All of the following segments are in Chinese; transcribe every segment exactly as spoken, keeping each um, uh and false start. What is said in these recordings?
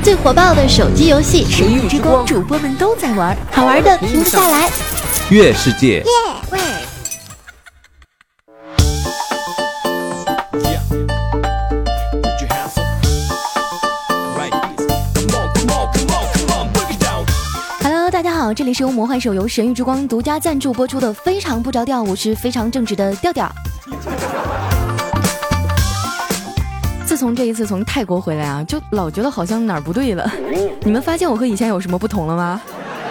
最火爆的手机游戏《神域之光》，主播们都在玩，好玩的停不下来。 月世界。 喂。Hello， 大家好，这里是由魔幻手游《神域之光》独家赞助播出的《非常不着调》，我是非常正直的调调。自从这一次从泰国回来啊，就老觉得好像哪儿不对了。你们发现我和以前有什么不同了吗？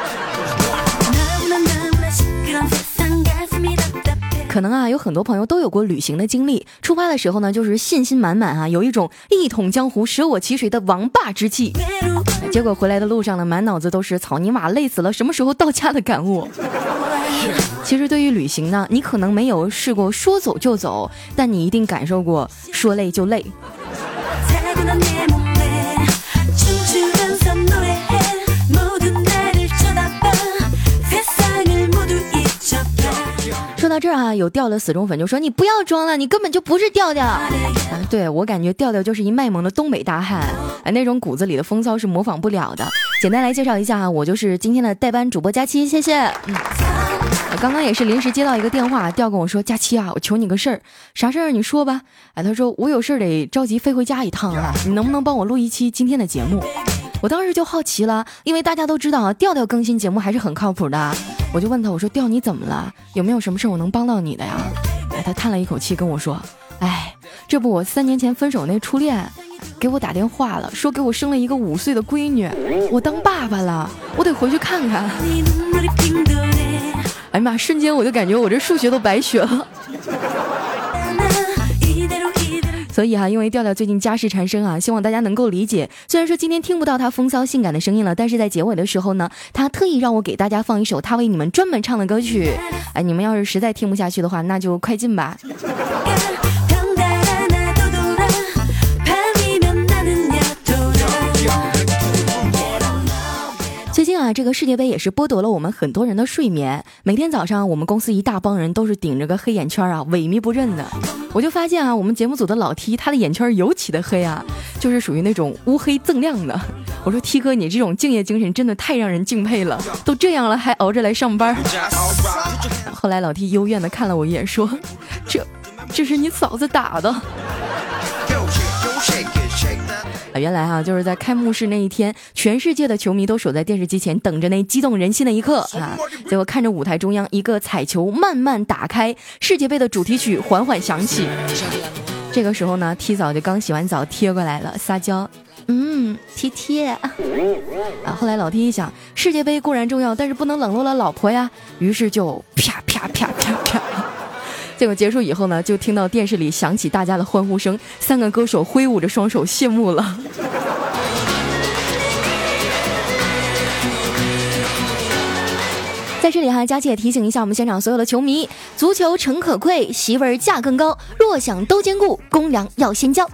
可能啊，有很多朋友都有过旅行的经历。出发的时候呢，就是信心满满啊，有一种一统江湖、舍我其谁的王霸之气。结果回来的路上呢，满脑子都是草泥马累死了，什么时候到家的感悟。其实对于旅行呢，你可能没有试过说走就走，但你一定感受过说累就累。说到这儿啊，有调的死忠粉就说你不要装了，你根本就不是调调。啊，对，我感觉调调就是一卖萌的东北大汉，啊，那种骨子里的风骚是模仿不了的。简单来介绍一下啊，我就是今天的代班主播佳期，谢谢。嗯，刚刚也是临时接到一个电话，调跟我说，佳期啊，我求你个事儿。啥事儿你说吧。哎，他说我有事儿得着急飞回家一趟啊，你能不能帮我录一期今天的节目？我当时就好奇了，因为大家都知道啊，调调更新节目还是很靠谱的。我就问他，我说调你怎么了？有没有什么事我能帮到你的呀？哎，他叹了一口气跟我说，哎，这不我三年前分手那初恋给我打电话了，说给我生了一个五岁的闺女，我当爸爸了，我得回去看看。哎呀妈，瞬间我就感觉我这数学都白学了。所以啊，因为调调最近家事缠身啊，希望大家能够理解。虽然说今天听不到他风骚性感的声音了，但是在结尾的时候呢，他特意让我给大家放一首他为你们专门唱的歌曲。哎，你们要是实在听不下去的话，那就快进吧。最近啊，这个世界杯也是剥夺了我们很多人的睡眠。每天早上，我们公司一大帮人都是顶着个黑眼圈啊，萎靡不振的。我就发现啊，我们节目组的老 T， 他的眼圈尤其的黑啊，就是属于那种乌黑锃亮的。我说 T 哥，你这种敬业精神真的太让人敬佩了，都这样了还熬着来上班。后来老 T 幽怨的看了我一眼，说：“这，这是你嫂子打的。”啊，原来啊，就是在开幕式那一天，全世界的球迷都守在电视机前，等着那激动人心的一刻啊！结果看着舞台中央一个彩球慢慢打开，世界杯的主题曲缓缓响起。这个时候呢 ，T 嫂就刚洗完澡贴过来了，撒娇，嗯，贴贴。啊，后来老 T 一想，世界杯固然重要，但是不能冷落了老婆呀，于是就啪啪啪啪啪。结果结束以后呢，就听到电视里响起大家的欢呼声，三个歌手挥舞着双手谢幕了。在这里哈，佳琪也提醒一下我们现场所有的球迷，足球诚可贵，媳妇儿价更高，若想都兼顾，公粮要先交。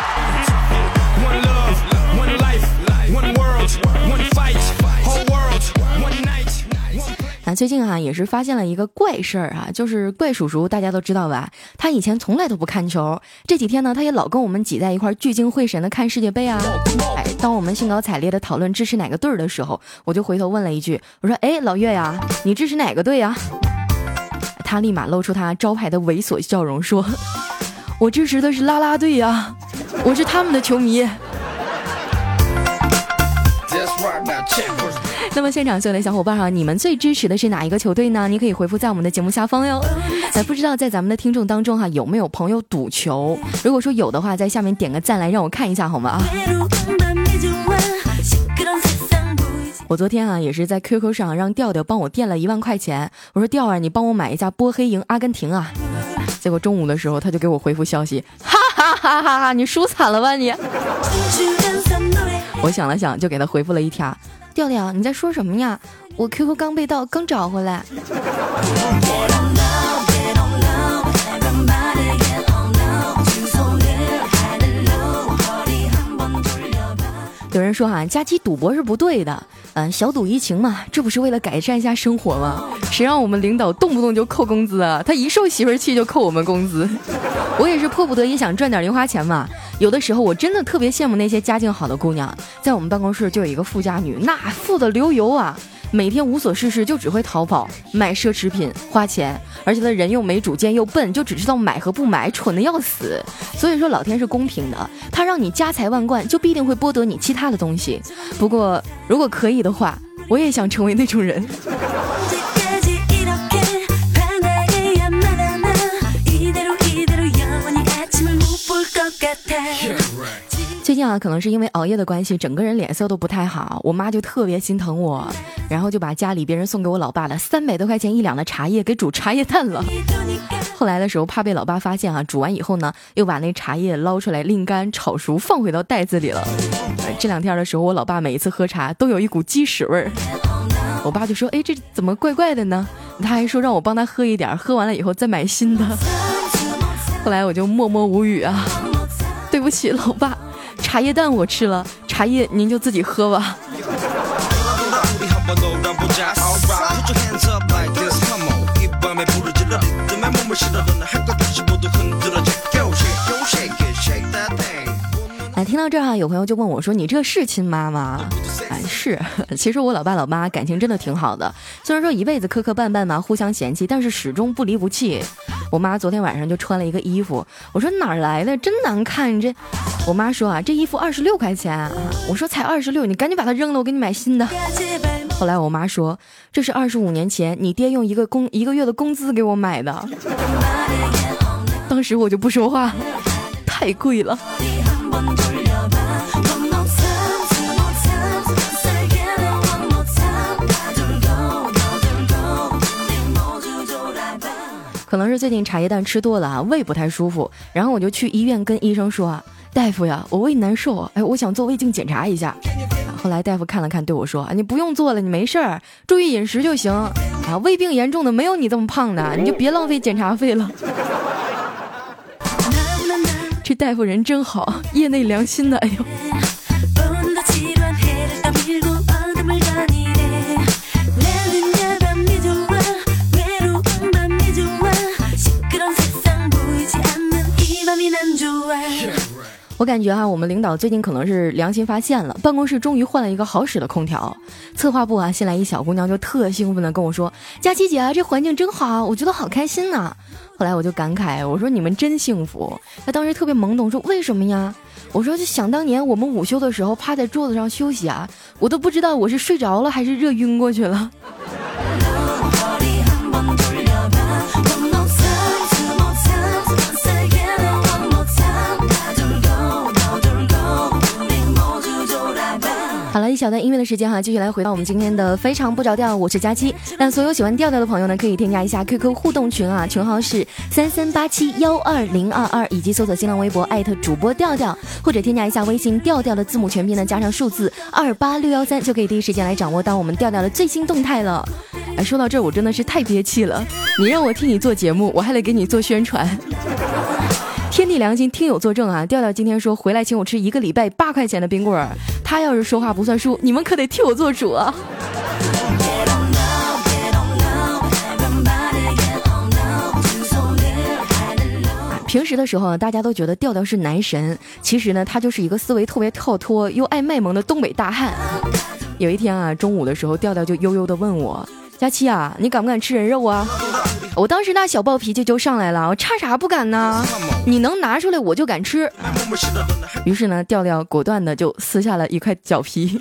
那最近啊，也是发现了一个怪事儿啊，就是怪叔叔，大家都知道吧？他以前从来都不看球，这几天呢，他也老跟我们挤在一块儿，聚精会神的看世界杯啊。哎，当我们兴高采烈的讨论支持哪个队儿的时候，我就回头问了一句，我说：“哎，老岳呀，你支持哪个队呀？”他立马露出他招牌的猥琐笑容，说：“我支持的是啦啦队呀，我是他们的球迷。”那么现场所有的小伙伴啊，你们最支持的是哪一个球队呢？你可以回复在我们的节目下方哟。哎，不知道在咱们的听众当中哈、啊，有没有朋友赌球？如果说有的话，在下面点个赞来让我看一下好吗？啊，我昨天啊也是在 Q Q 上让调调帮我垫了一万块钱，我说调儿你帮我买一下波黑赢阿根廷啊。结果中午的时候他就给我回复消息，哈哈哈哈哈，你输惨了吧你。我想了想就给他回复了一条，调调你在说什么呀？我 Q Q 刚被盗，刚找回来。有人说啊，佳期赌博是不对的， 嗯、呃，小赌怡情嘛，这不是为了改善一下生活吗？谁让我们领导动不动就扣工资啊？他一受媳妇儿气就扣我们工资。我也是迫不得已想赚点零花钱嘛。有的时候我真的特别羡慕那些家境好的姑娘，在我们办公室就有一个富家女，那富得流油啊，每天无所事事就只会淘宝买奢侈品花钱，而且她人又没主见又笨，就只知道买和不买，蠢得要死。所以说老天是公平的，他让你家财万贯，就必定会剥夺你其他的东西。不过如果可以的话，我也想成为那种人。最近啊，可能是因为熬夜的关系，整个人脸色都不太好。我妈就特别心疼我，然后就把家里别人送给我老爸的三百多块钱一两的茶叶给煮茶叶蛋了。后来的时候怕被老爸发现啊，煮完以后呢，又把那茶叶捞出来沥干炒熟，放回到袋子里了。这两天的时候，我老爸每一次喝茶都有一股鸡屎味儿。我爸就说：“哎，这怎么怪怪的呢？”他还说让我帮他喝一点，喝完了以后再买新的。后来我就默默无语啊，对不起老爸，茶叶蛋我吃了，茶叶您就自己喝吧。哎，听到这儿啊，有朋友就问我说：“你这是亲妈吗？”哎，是，其实我老爸老妈感情真的挺好的，虽然说一辈子磕磕绊绊嘛，互相嫌弃，但是始终不离不弃。我妈昨天晚上就穿了一个衣服，我说哪儿来的，真难看。这，我妈说啊，这衣服二十六块钱啊，我说才二十六，你赶紧把它扔了，我给你买新的。后来我妈说，这是二十五年前你爹用一个工一个月的工资给我买的。当时我就不说话，太贵了。可能是最近茶叶蛋吃多了啊，胃不太舒服，然后我就去医院跟医生说啊，大夫呀，我胃难受，哎，我想做胃镜检查一下。后来大夫看了看，对我说，你不用做了，你没事儿，注意饮食就行啊。胃病严重的没有你这么胖的，你就别浪费检查费了。这大夫人真好，业内良心的，哎呦。我感觉哈、啊，我们领导最近可能是良心发现了，办公室终于换了一个好使的空调。策划部啊，新来一小姑娘就特兴奋的跟我说：“佳琪姐啊，这环境真好，我觉得好开心呐、啊。”后来我就感慨，我说你们真幸福。她当时特别懵懂，说为什么呀？我说就想当年我们午休的时候趴在桌子上休息啊，我都不知道我是睡着了还是热晕过去了。好了，一小段音乐的时间哈，继续来回到我们今天的非常不着调，我是佳期。那所有喜欢调调的朋友呢，可以添加一下 Q Q 互动群啊，群号是三三八七幺二零二二，以及搜索新浪微博艾特主播调调，或者添加一下微信调调的字母全拼呢加上数字二八六幺三，就可以第一时间来掌握到我们调调的最新动态了。哎，说到这儿我真的是太憋气了，你让我替你做节目，我还得给你做宣传。天地良心，听友作证啊！调调今天说回来请我吃一个礼拜八块钱的冰棍儿，他要是说话不算数，你们可得替我做主啊！平时的时候大家都觉得调调是男神，其实呢，他就是一个思维特别跳脱又爱卖萌的东北大汉。有一天啊，中午的时候，调调就悠悠地问我：“佳期啊，你敢不敢吃人肉啊？”我当时那小暴脾气就上来了，我差啥不敢呢？你能拿出来我就敢吃。于是呢，调调果断的就撕下了一块脚皮。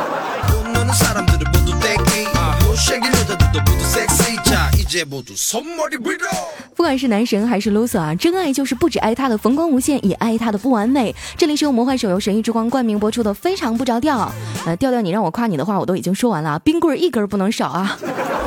不管是男神还是 loser 啊，真爱就是不只爱他的风光无限，也爱他的不完美。这里是由魔幻手游神域之光冠名播出的非常不着调。呃，调调你让我夸你的话我都已经说完了，冰棍一根不能少啊。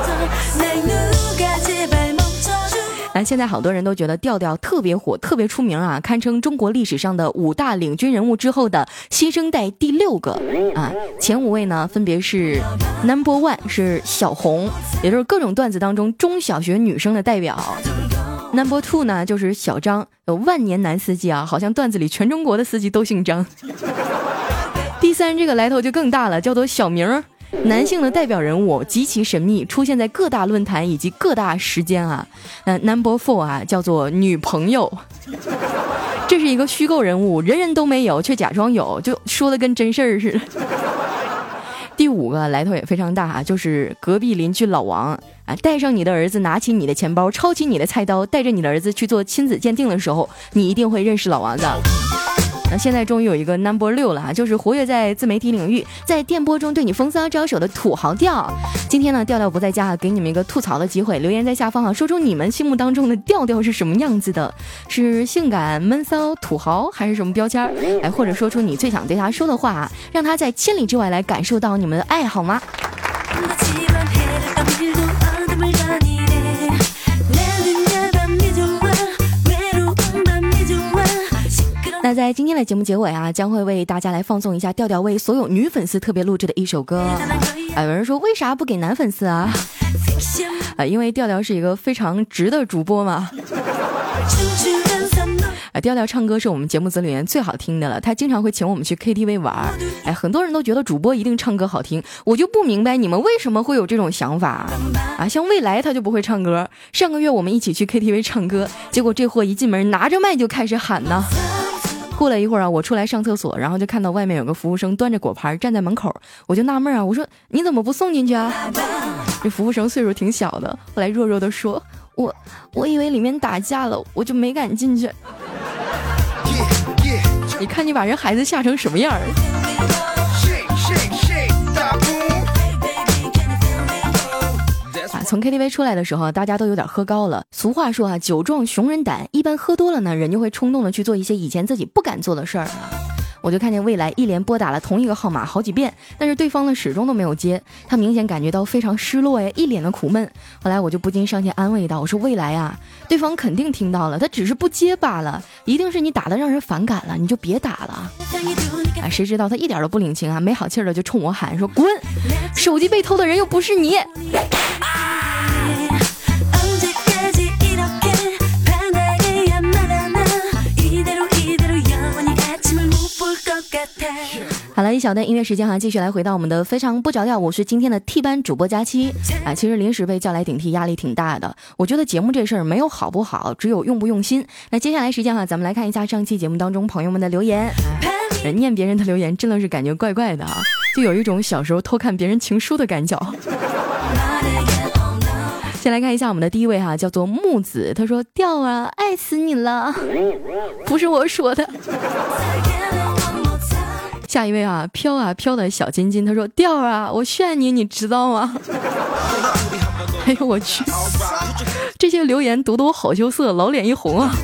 那现在好多人都觉得调调特别火，特别出名啊，堪称中国历史上的五大领军人物之后的新生代第六个啊。前五位呢，分别是 number one 是小红，也就是各种段子当中中小学女生的代表。number two 呢就是小张，有万年男司机啊，好像段子里全中国的司机都姓张。第三这个来头就更大了，叫做小明。 男性的代表人物极其神秘，出现在各大论坛以及各大时间啊。那 number four 啊，叫做女朋友。这是一个虚构人物，人人都没有，却假装有，就说的跟真事儿似的。第五个来头也非常大啊，就是隔壁邻居老王啊，带上你的儿子，拿起你的钱包，抄起你的菜刀，带着你的儿子去做亲子鉴定的时候，你一定会认识老王的。那现在终于有一个 number 六了啊，就是活跃在自媒体领域，在电波中对你风骚招手的土豪调。今天呢，调调不在家，给你们一个吐槽的机会，留言在下方啊，说出你们心目当中的调调是什么样子的，是性感、闷骚、土豪，还是什么标签？哎，或者说出你最想对他说的话啊，让他在千里之外来感受到你们的爱，好吗？那在今天的节目结尾啊，将会为大家来放送一下调调为所有女粉丝特别录制的一首歌。啊，有人说为啥不给男粉丝啊？啊，因为调调是一个非常直的主播嘛。啊，调调唱歌是我们节目组里面最好听的了，他经常会请我们去 K T V 玩。哎，很多人都觉得主播一定唱歌好听，我就不明白你们为什么会有这种想法啊？像未来他就不会唱歌，上个月我们一起去 K T V 唱歌，结果这货一进门拿着麦就开始喊呢。过了一会儿啊，我出来上厕所，然后就看到外面有个服务生端着果盘站在门口，我就纳闷啊，我说你怎么不送进去啊？这服务生岁数挺小的，后来弱弱的说，我我以为里面打架了，我就没敢进去。你看你把人孩子吓成什么样儿？从 K T V 出来的时候，大家都有点喝高了。俗话说啊，酒壮熊人胆，一般喝多了呢，人就会冲动的去做一些以前自己不敢做的事儿。我就看见未来一连拨打了同一个号码好几遍，但是对方呢始终都没有接，他明显感觉到非常失落哎，一脸的苦闷。后来我就不禁上前安慰道，我说未来啊，对方肯定听到了，他只是不接罢了，一定是你打的让人反感了，你就别打了。啊，谁知道他一点都不领情啊，没好气的就冲我喊说滚，手机被偷的人又不是你。好了，一小段音乐时间哈，继续来回到我们的非常不着调，我是今天的替班主播佳期啊。其实临时被叫来顶替，压力挺大的。我觉得节目这事儿没有好不好，只有用不用心。那接下来时间哈，咱们来看一下上期节目当中朋友们的留言。人念别人的留言真的是感觉怪怪的啊，就有一种小时候偷看别人情书的感觉。先来看一下我们的第一位哈，叫做木子，他说调啊，爱死你了，不是我说的。下一位啊，飘啊飘的小金金，他说调啊，我炫你，你知道吗？哎呦我去，这些留言读得我好羞涩，老脸一红啊。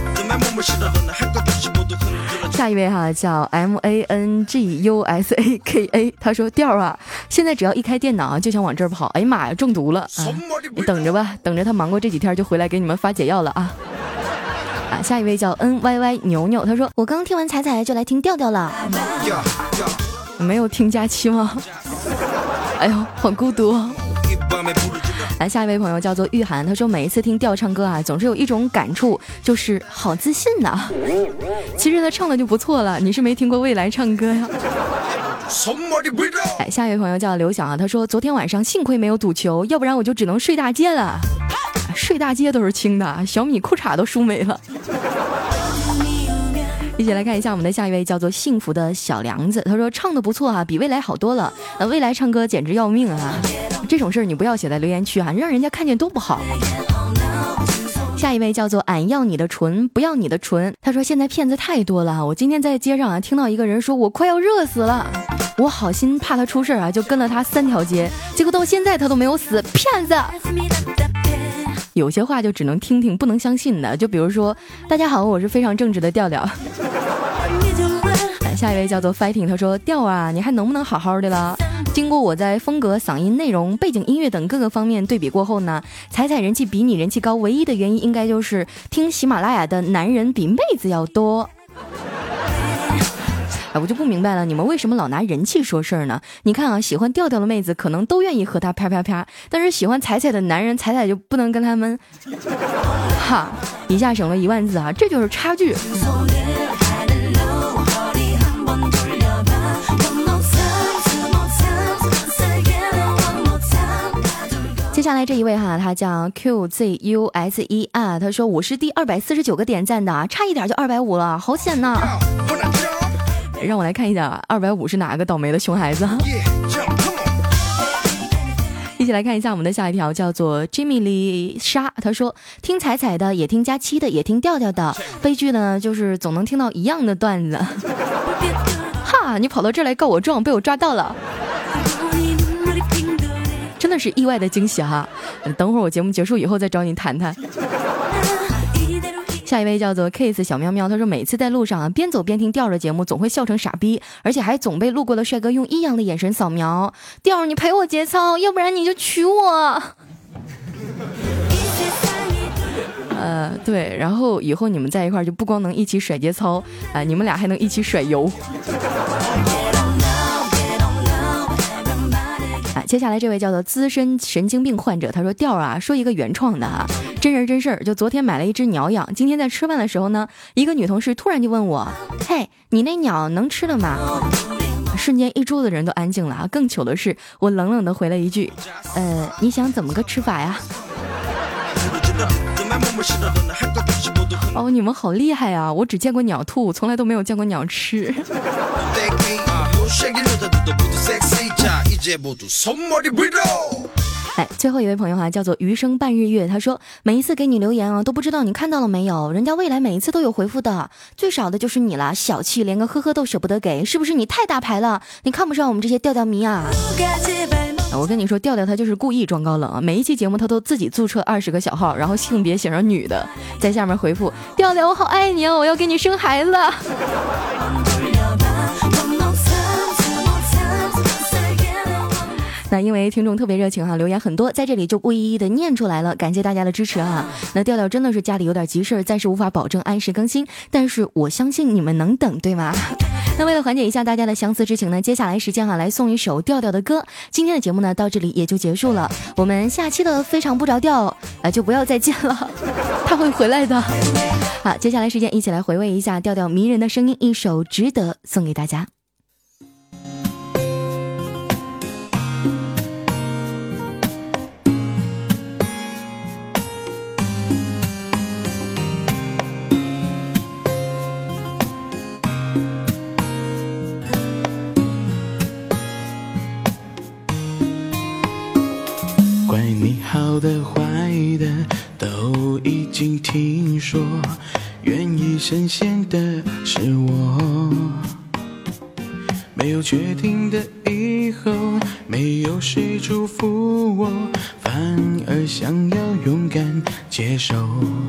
下一位哈、啊、叫 M A N G U S A K A， 他说调啊，现在只要一开电脑就想往这儿跑，哎呀妈呀，中毒了啊！你等着吧，等着他忙过这几天就回来给你们发解药了啊。啊，下一位叫 N Y Y 牛牛，他说我刚听完彩彩就来听调调了，没有听假期吗？哎呦，好孤独哦。来，下一位朋友叫做玉涵，他说每一次听调唱歌啊，总是有一种感触，就是好自信呐、啊。其实他唱的就不错了，你是没听过未来唱歌呀？哎，下一位朋友叫刘晓啊，他说昨天晚上幸亏没有赌球，要不然我就只能睡大街了。睡大街都是轻的，小米裤衩都输没了。一起来看一下我们的下一位叫做幸福的小梁子，他说唱的不错啊，比未来好多了。呃，未来唱歌简直要命啊！这种事儿你不要写在留言区啊，让人家看见多不好。下一位叫做俺要你的唇不要你的唇，他说现在骗子太多了，我今天在街上啊听到一个人说我快要热死了，我好心怕他出事啊，就跟了他三条街，结果到现在他都没有死，骗子！有些话就只能听听不能相信的，就比如说大家好，我是非常正直的调调。下一位叫做 fighting， 他说调啊，你还能不能好好的了？经过我在风格、嗓音、内容、背景音乐等各个方面对比过后呢，彩彩人气比你人气高，唯一的原因应该就是听喜马拉雅的男人比妹子要多。哎，我就不明白了，你们为什么老拿人气说事儿呢？你看啊，喜欢调调的妹子可能都愿意和他啪啪啪，但是喜欢彩彩的男人，彩彩就不能跟他们。哈，一下省了一万字啊，这就是差距。 下来这一位哈，他叫 Q Z U S E 啊，他说我是第二百四十九个点赞的，差一点就二百五了，好险呐！让我来看一下二百五是哪个倒霉的熊孩子。一起来看一下我们的下一条，叫做 Jimmy 李莎，他说听彩彩的也听佳期的也听调调的，悲剧呢就是总能听到一样的段子。哈，你跑到这儿来告我状，被我抓到了，真的是意外的惊喜哈！等会儿我节目结束以后再找你谈谈。下一位叫做 Case 小喵喵，他说每次在路上啊，边走边听调的节目，总会笑成傻逼，而且还总被路过的帅哥用异样的眼神扫描。调，你陪我节操，要不然你就娶我。呃，对，然后以后你们在一块儿就不光能一起甩节操啊、呃，你们俩还能一起甩油。接下来这位叫做资深神经病患者，他说调啊，说一个原创的啊，真人真事儿，就昨天买了一只鸟养，今天在吃饭的时候呢，一个女同事突然就问我，嘿，你那鸟能吃了吗？瞬间一桌子人都安静了啊！更糗的是，我冷冷的回了一句，呃，你想怎么个吃法呀？哦，你们好厉害啊！我只见过鸟吐，从来都没有见过鸟吃。哎，最后一位朋友啊，叫做余生半日月，他说每一次给你留言啊，都不知道你看到了没有，人家未来每一次都有回复的，最少的就是你了，小气，连个呵呵都舍不得给，是不是你太大牌了？你看不上我们这些调调迷啊？我跟你说，调调他就是故意装高冷啊！每一期节目他都自己注册二十个小号，然后性别写上女的，在下面回复调调我好爱你哦，我要给你生孩子。那因为听众特别热情哈、啊，留言很多，在这里就不一一的念出来了，感谢大家的支持啊。那调调真的是家里有点急事，暂时无法保证按时更新，但是我相信你们能等，对吗？那为了缓解一下大家的相思之情呢，接下来时间啊，来送一首调调的歌。今天的节目呢到这里也就结束了，我们下期的非常不着调啊、呃、就不要再见了，他会回来的。好，接下来时间一起来回味一下调调迷人的声音，一首《值得》送给大家。 怪你好的坏的都已经听说，愿意深陷的是我，没有决定的以后，没有谁祝福我，反而想要勇敢接受，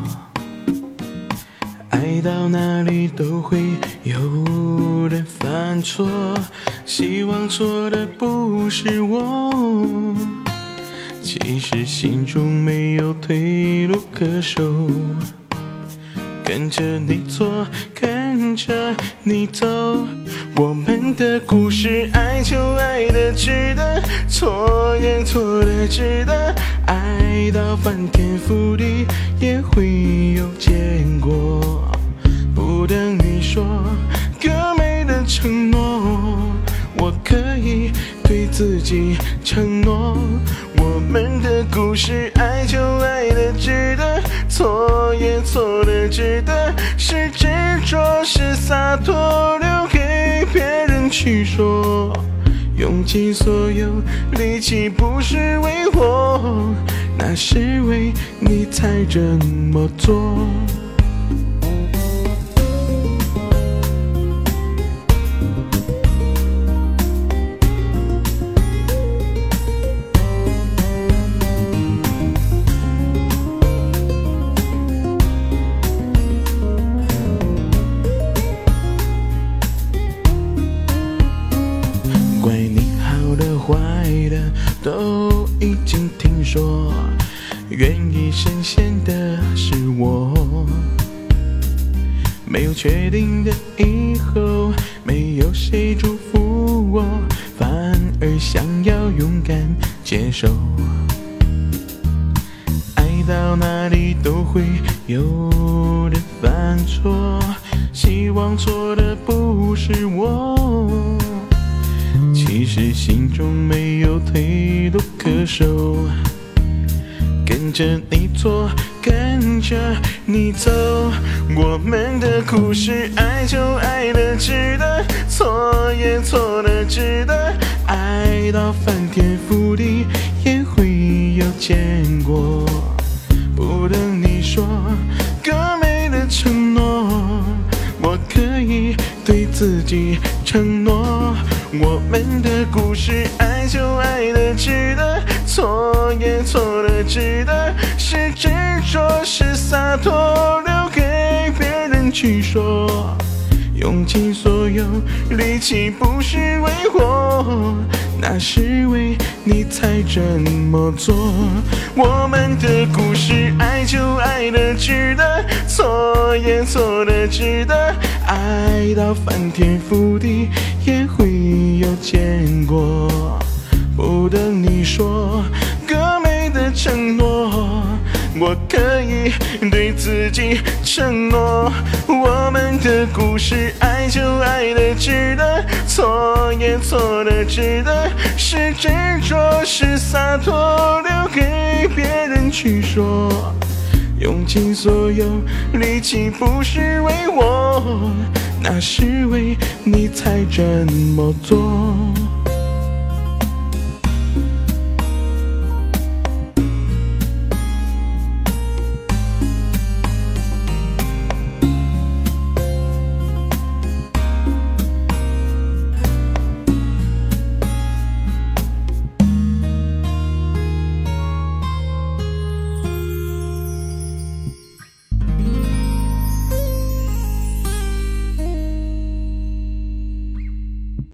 爱到哪里都会有人犯错，希望错的不是我，其实心中没有退路可守，跟着你错，跟着你走，我们的故事爱就爱的值得，错也错的值得，爱到翻天覆地也会有结果，不等你说更美的承诺，我可以对自己承诺，我们的故事爱就爱的值得，错也错的值得，是执着是洒脱，留给别人去说，用尽所有力气不是为我，那是为你才这么做。怪你好的坏的都已经听说，愿意深陷的是我，没有确定的以后，没有谁祝福我，反而想要勇敢接受，爱到哪里都会有人犯错，希望错的不是我，其实心中没有退路可守， 着你错，跟着你走，我们的故事爱就爱得值得，错也错得值得，爱到翻天覆地也会有结果。不等你说更美的承诺，我可以对自己承诺，我们的故事爱就爱得值得，错也错得值得，是执着是洒脱，留给别人去说，用尽所有力气不是为我，那是为你才这么做。我们的故事爱就爱得值得，错也错得值得，爱到翻天覆地也会有结果。不等你说更美的承诺，我可以对自己承诺，我们的故事爱就爱得值得，错也错得值得，是执着是洒脱，留给别人去说，用尽所有力气不是为我，那是为你才这么做。